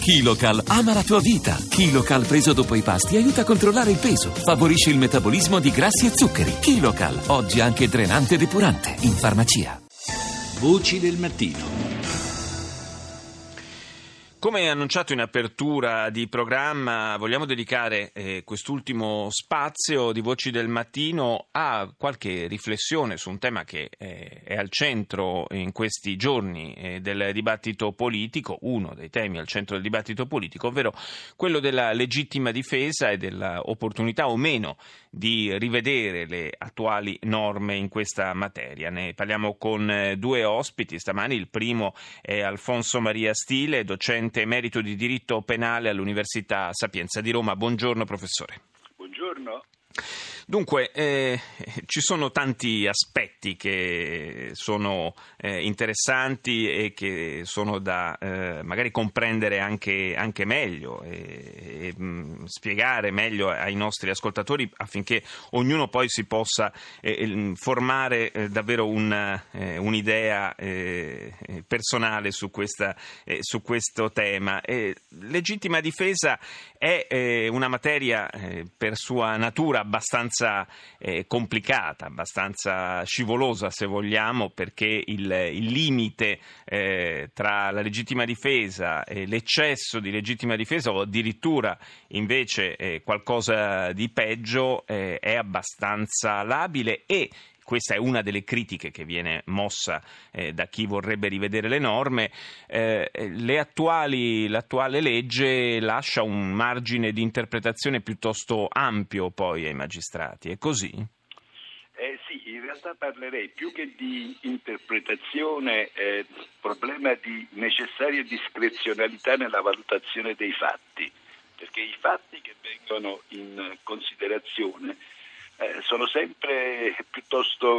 KiloCal ama la tua vita. KiloCal preso dopo i pasti aiuta a controllare il peso, favorisce il metabolismo di grassi e zuccheri. KiloCal, oggi anche drenante e depurante, in farmacia. Voci del mattino. Come annunciato in apertura di programma, vogliamo dedicare quest'ultimo spazio di Voci del Mattino a qualche riflessione su un tema che è al centro in questi giorni del dibattito politico, uno dei temi al centro del dibattito politico, ovvero quello della legittima difesa e dell'opportunità o meno di rivedere le attuali norme in questa materia. Ne parliamo con due ospiti stamani. Il primo è Alfonso Maria Stile, docente emerito di diritto penale all'Università Sapienza di Roma. Buongiorno professore. Buongiorno. Dunque, ci sono tanti aspetti che sono interessanti e che sono da magari comprendere anche meglio e spiegare meglio ai nostri ascoltatori affinché ognuno poi si possa formare davvero un'idea personale su questo tema. Legittima difesa è una materia per sua natura abbastanza complicata, abbastanza scivolosa se vogliamo, perché il limite tra la legittima difesa e l'eccesso di legittima difesa o addirittura invece qualcosa di peggio è abbastanza labile e questa è una delle critiche che viene mossa da chi vorrebbe rivedere le norme. L'attuale legge lascia un margine di interpretazione piuttosto ampio poi ai magistrati, è così? Sì, in realtà parlerei più che di interpretazione, problema di necessaria discrezionalità nella valutazione dei fatti, perché i fatti che vengono in considerazione sono sempre piuttosto,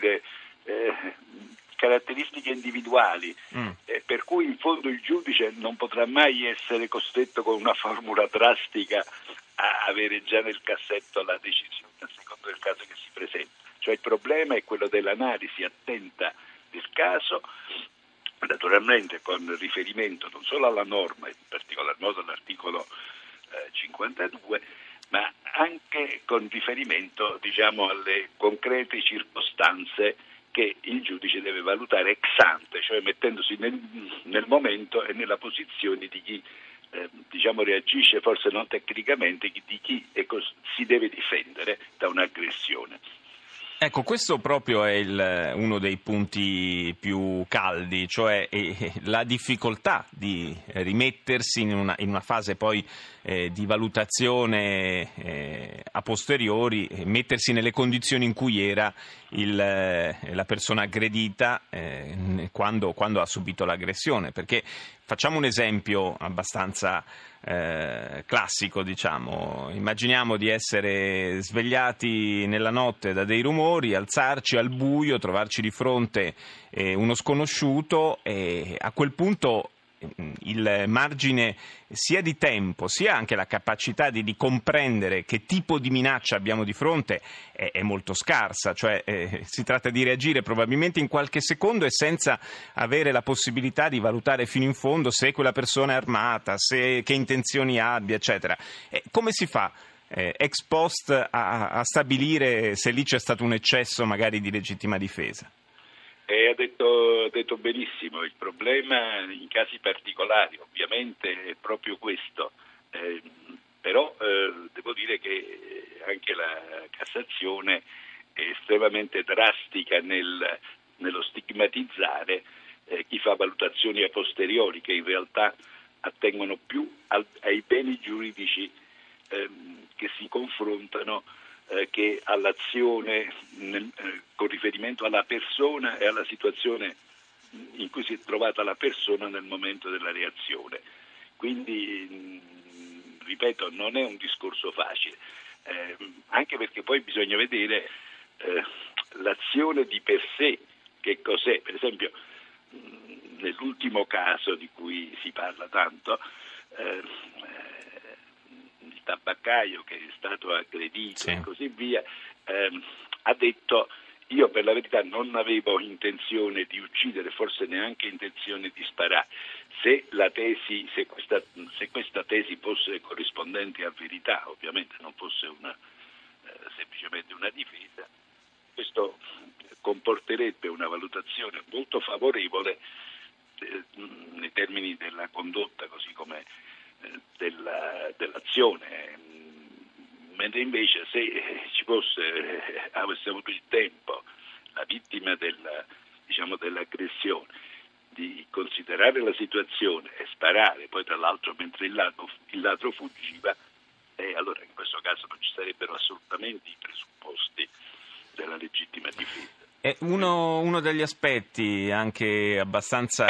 caratteristiche individuali, per cui in fondo il giudice non potrà mai essere costretto con una formula drastica a avere già nel cassetto la decisione a secondo del caso che si presenta. Cioè il problema è quello dell'analisi attenta del caso, naturalmente con riferimento non solo alla norma, in particolar modo all'articolo 52, ma anche con riferimento, alle concrete circostanze che il giudice deve valutare ex ante, cioè mettendosi nel momento e nella posizione di chi reagisce forse non tecnicamente, di chi si deve difendere da un'aggressione. Ecco, questo proprio è uno dei punti più caldi, cioè la difficoltà di rimettersi in una fase poi di valutazione a posteriori, mettersi nelle condizioni in cui era la persona aggredita quando ha subito l'aggressione. Perché facciamo un esempio abbastanza classico, immaginiamo di essere svegliati nella notte da dei rumori, alzarci al buio, trovarci di fronte uno sconosciuto e a quel punto il margine sia di tempo sia anche la capacità di comprendere che tipo di minaccia abbiamo di fronte è molto scarsa, cioè si tratta di reagire probabilmente in qualche secondo e senza avere la possibilità di valutare fino in fondo se quella persona è armata, che intenzioni abbia, eccetera. Come si fa ex post a stabilire se lì c'è stato un eccesso magari di legittima difesa? Ha detto benissimo, il problema in casi particolari ovviamente è proprio questo, però devo dire che anche la Cassazione è estremamente drastica nello stigmatizzare chi fa valutazioni a posteriori che in realtà attengono più ai beni giuridici che si confrontano che all'azione con riferimento alla persona e alla situazione in cui si è trovata la persona nel momento della reazione. Quindi, ripeto, non è un discorso facile, anche perché poi bisogna vedere l'azione di per sé, che cos'è. Per esempio, nell'ultimo caso di cui si parla tanto, tabaccaio che è stato aggredito e così via, ha detto: io per la verità non avevo intenzione di uccidere, forse neanche intenzione di sparare. se questa tesi fosse corrispondente a verità, ovviamente non fosse semplicemente una difesa, questo comporterebbe una valutazione molto favorevole nei termini della condotta, così come dell'azione, mentre invece se avesse avuto il tempo la vittima dell'aggressione di considerare la situazione e sparare, poi tra l'altro mentre il ladro fuggiva, allora in questo caso non ci sarebbero assolutamente i presupposti della legittima difesa. Uno degli aspetti anche abbastanza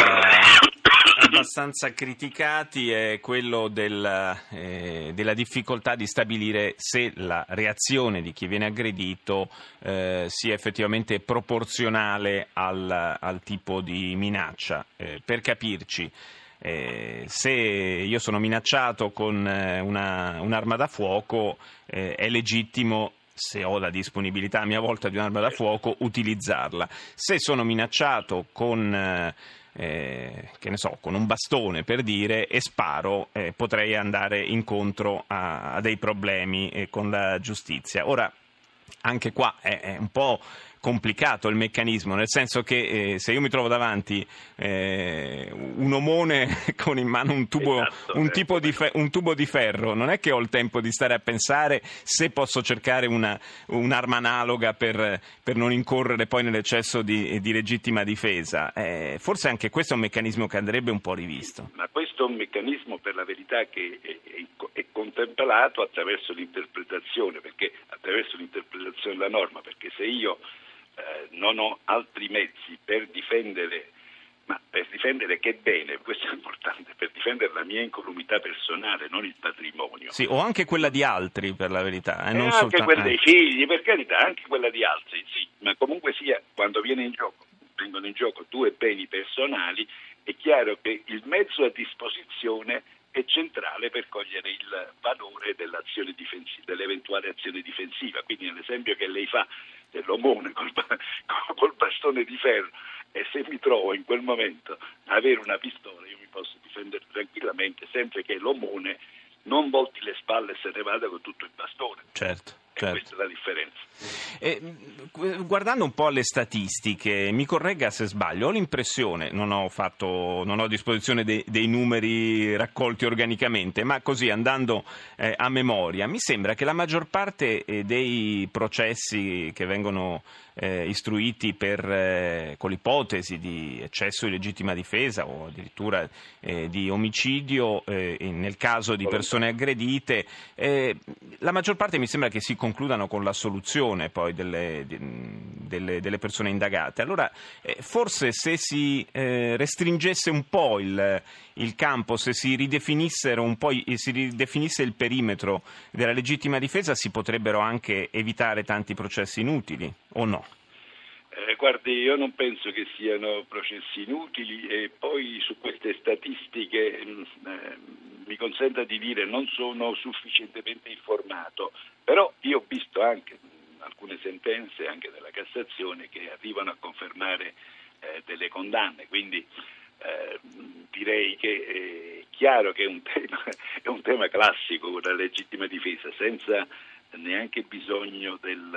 criticati è quello della difficoltà di stabilire se la reazione di chi viene aggredito sia effettivamente proporzionale al tipo di minaccia. Per capirci, se io sono minacciato con un'arma da fuoco, è legittimo, se ho la disponibilità a mia volta di un'arma da fuoco, utilizzarla. Se sono minacciato con con un bastone, per dire, e sparo, potrei andare incontro a dei problemi con la giustizia. Ora, anche qua è un po' complicato il meccanismo, nel senso che se io mi trovo davanti un omone con in mano un tubo di ferro, non è che ho il tempo di stare a pensare se posso cercare un'arma analoga per non incorrere poi nell'eccesso di legittima difesa. Forse anche questo è un meccanismo che andrebbe un po' rivisto. Ma questo è un meccanismo, per la verità, che è contemplato attraverso l'interpretazione della norma, perché se io non ho altri mezzi per difendere, ma per difendere che bene, questo è importante, per difendere la mia incolumità personale, non il patrimonio. Sì, o anche quella di altri, per la verità. Non anche quella dei figli, per carità, anche quella di altri, sì, ma comunque sia, quando vengono in gioco due beni personali, è chiaro che il mezzo a disposizione è centrale per cogliere il valore dell'azione dell'eventuale azione difensiva. Quindi nell'esempio che lei fa dell'omone col bastone di ferro, e se mi trovo in quel momento a avere una pistola, io mi posso difendere tranquillamente, sempre che l'omone non volti le spalle e se ne vada con tutto il bastone. Certo. Questa è la differenza. Guardando un po' le statistiche, mi corregga se sbaglio, ho l'impressione, non ho a disposizione dei numeri raccolti organicamente, ma così andando a memoria, mi sembra che la maggior parte dei processi che vengono istruiti con l'ipotesi di eccesso di legittima difesa o addirittura di omicidio nel caso di persone aggredite, la maggior parte mi sembra che si concludano con l'assoluzione poi delle persone indagate. Allora forse se si restringesse un po' il campo, se si ridefinisse il perimetro della legittima difesa, si potrebbero anche evitare tanti processi inutili, o no? Guardi, io non penso che siano processi inutili, e poi su queste statistiche mi consenta di dire non sono sufficientemente informato, però io ho visto anche alcune sentenze anche della Cassazione che arrivano a confermare delle condanne, quindi direi che è chiaro che è un tema classico la legittima difesa, senza neanche bisogno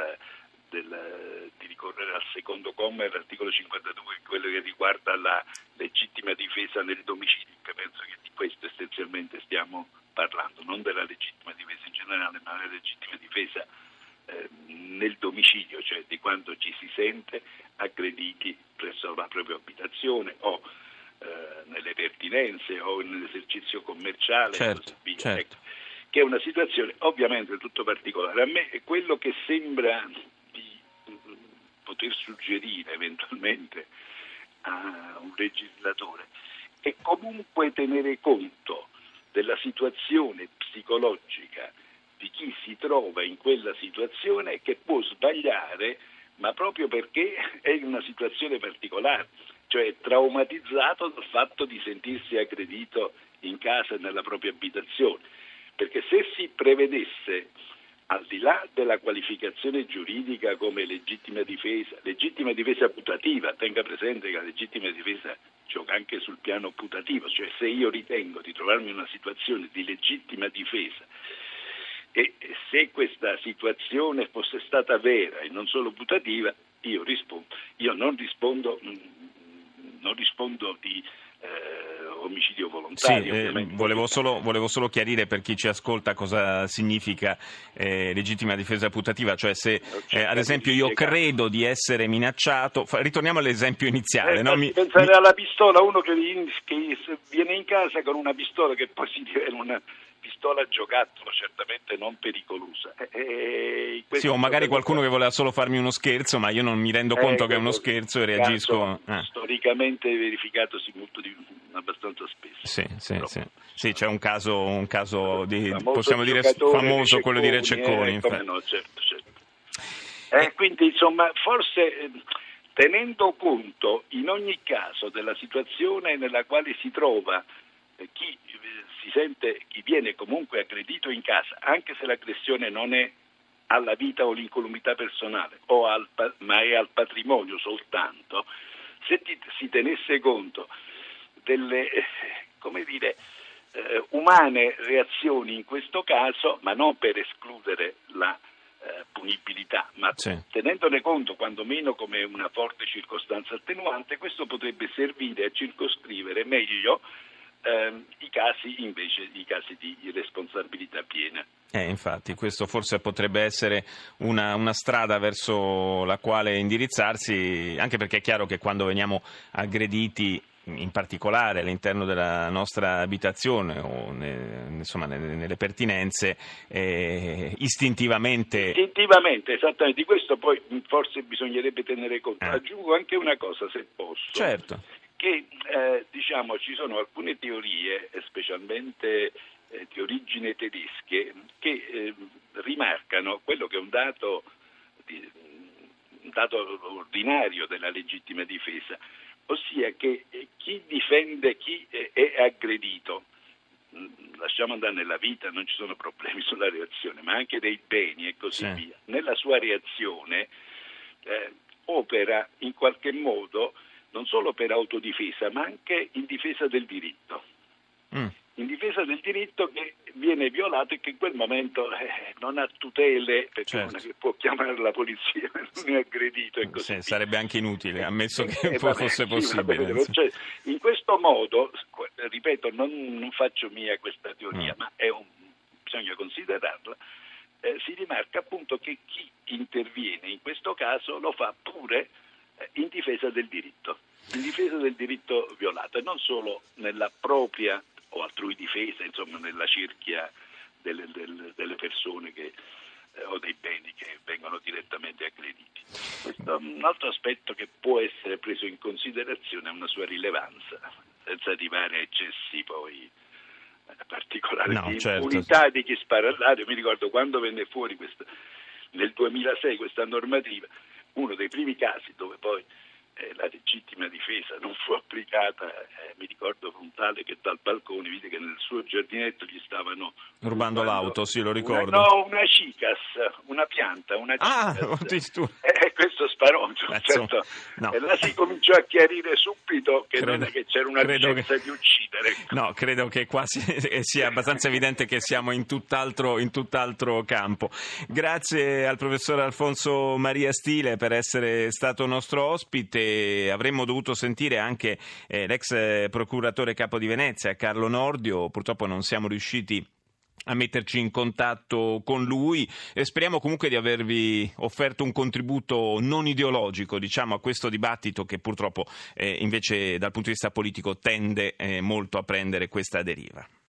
di ricorrere al secondo comma dell'articolo 52, quello che riguarda la legittima difesa nel domicilio, che penso che di questo essenzialmente stiamo parlando, non della legittima difesa in generale, ma della legittima difesa nel domicilio, cioè di quando ci si sente aggrediti presso la propria abitazione o nelle pertinenze o nell'esercizio commerciale, certo, e così via. certo. Ecco, che è una situazione ovviamente tutto particolare. A me è quello che sembra poter suggerire eventualmente a un legislatore è comunque tenere conto della situazione psicologica di chi si trova in quella situazione, che può sbagliare, ma proprio perché è in una situazione particolare, cioè traumatizzato dal fatto di sentirsi aggredito in casa e nella propria abitazione. Perché se si prevedesse al di là della qualificazione giuridica come legittima difesa putativa, tenga presente che la legittima difesa gioca anche sul piano putativo, cioè se io ritengo di trovarmi in una situazione di legittima difesa e se questa situazione fosse stata vera e non solo putativa, io non rispondo di omicidio volontario. Sì, volevo solo chiarire per chi ci ascolta cosa significa legittima difesa putativa, cioè se ad esempio io credo di essere minacciato, ritorniamo all'esempio iniziale. No? Pensare alla pistola, uno che viene in casa con una pistola che poi si diventa una pistola giocattolo, certamente non pericolosa. Sì, o magari qualcuno che voleva solo farmi uno scherzo, ma io non mi rendo conto che è uno scherzo e reagisco. Storicamente verificatosi abbastanza spesso. Sì, c'è un caso di, possiamo dire, famoso, quello di Rececconi. No, certo. Quindi, insomma, forse tenendo conto in ogni caso della situazione nella quale si trova chi viene comunque aggredito in casa, anche se l'aggressione non è alla vita o l'incolumità personale, ma è al patrimonio soltanto, se si tenesse conto delle, umane reazioni in questo caso, ma non per escludere la punibilità, ma tenendone conto quantomeno come una forte circostanza attenuante, questo potrebbe servire a circoscrivere meglio i casi di irresponsabilità piena. Infatti, questo forse potrebbe essere una strada verso la quale indirizzarsi, anche perché è chiaro che quando veniamo aggrediti, in particolare all'interno della nostra abitazione o nelle pertinenze, istintivamente, esattamente, di questo poi forse bisognerebbe tenere conto. Aggiungo anche una cosa, se posso. Certo. Che ci sono alcune teorie, specialmente di origine tedesche, che rimarcano quello che è un dato ordinario della legittima difesa, ossia che chi difende chi è aggredito, lasciamo andare nella vita, non ci sono problemi sulla reazione, ma anche dei beni e così via, nella sua reazione opera in qualche modo non solo per autodifesa, ma anche in difesa del diritto. In difesa del diritto che viene violato e che in quel momento non ha tutele, perché non è che può chiamare la polizia e non è aggredito e così via. Sarebbe anche inutile, ammesso che fosse possibile. Cioè, in questo modo, ripeto, non faccio mia questa teoria, ma bisogna considerarla, si rimarca appunto che chi interviene in questo caso lo fa pure in difesa del diritto violato, e non solo nella propria o altrui difesa, insomma nella cerchia delle persone o dei beni che vengono direttamente aggrediti. Questo è un altro aspetto che può essere preso in considerazione, ha una sua rilevanza, senza arrivare a eccessi poi particolari di impunità di chi spara all'aria. Mi ricordo quando venne fuori nel 2006 questa normativa, uno dei primi casi dove poi la legittima difesa non fu applicata, mi ricordo un tale che dal balcone vide che nel suo giardinetto gli stavano rubando l'auto, sì, lo ricordo. Una cicas, una pianta, addirittura. Questo sparò, certo. E là si cominciò a chiarire subito che non è che c'era una licenza di uccidere. No, credo che quasi sia abbastanza evidente che siamo in tutt'altro campo. Grazie al professor Alfonso Maria Stile per essere stato nostro ospite. Avremmo dovuto sentire anche l'ex procuratore capo di Venezia, Carlo Nordio, purtroppo non siamo riusciti a metterci in contatto con lui. Speriamo comunque di avervi offerto un contributo non ideologico, a questo dibattito che purtroppo invece dal punto di vista politico tende molto a prendere questa deriva.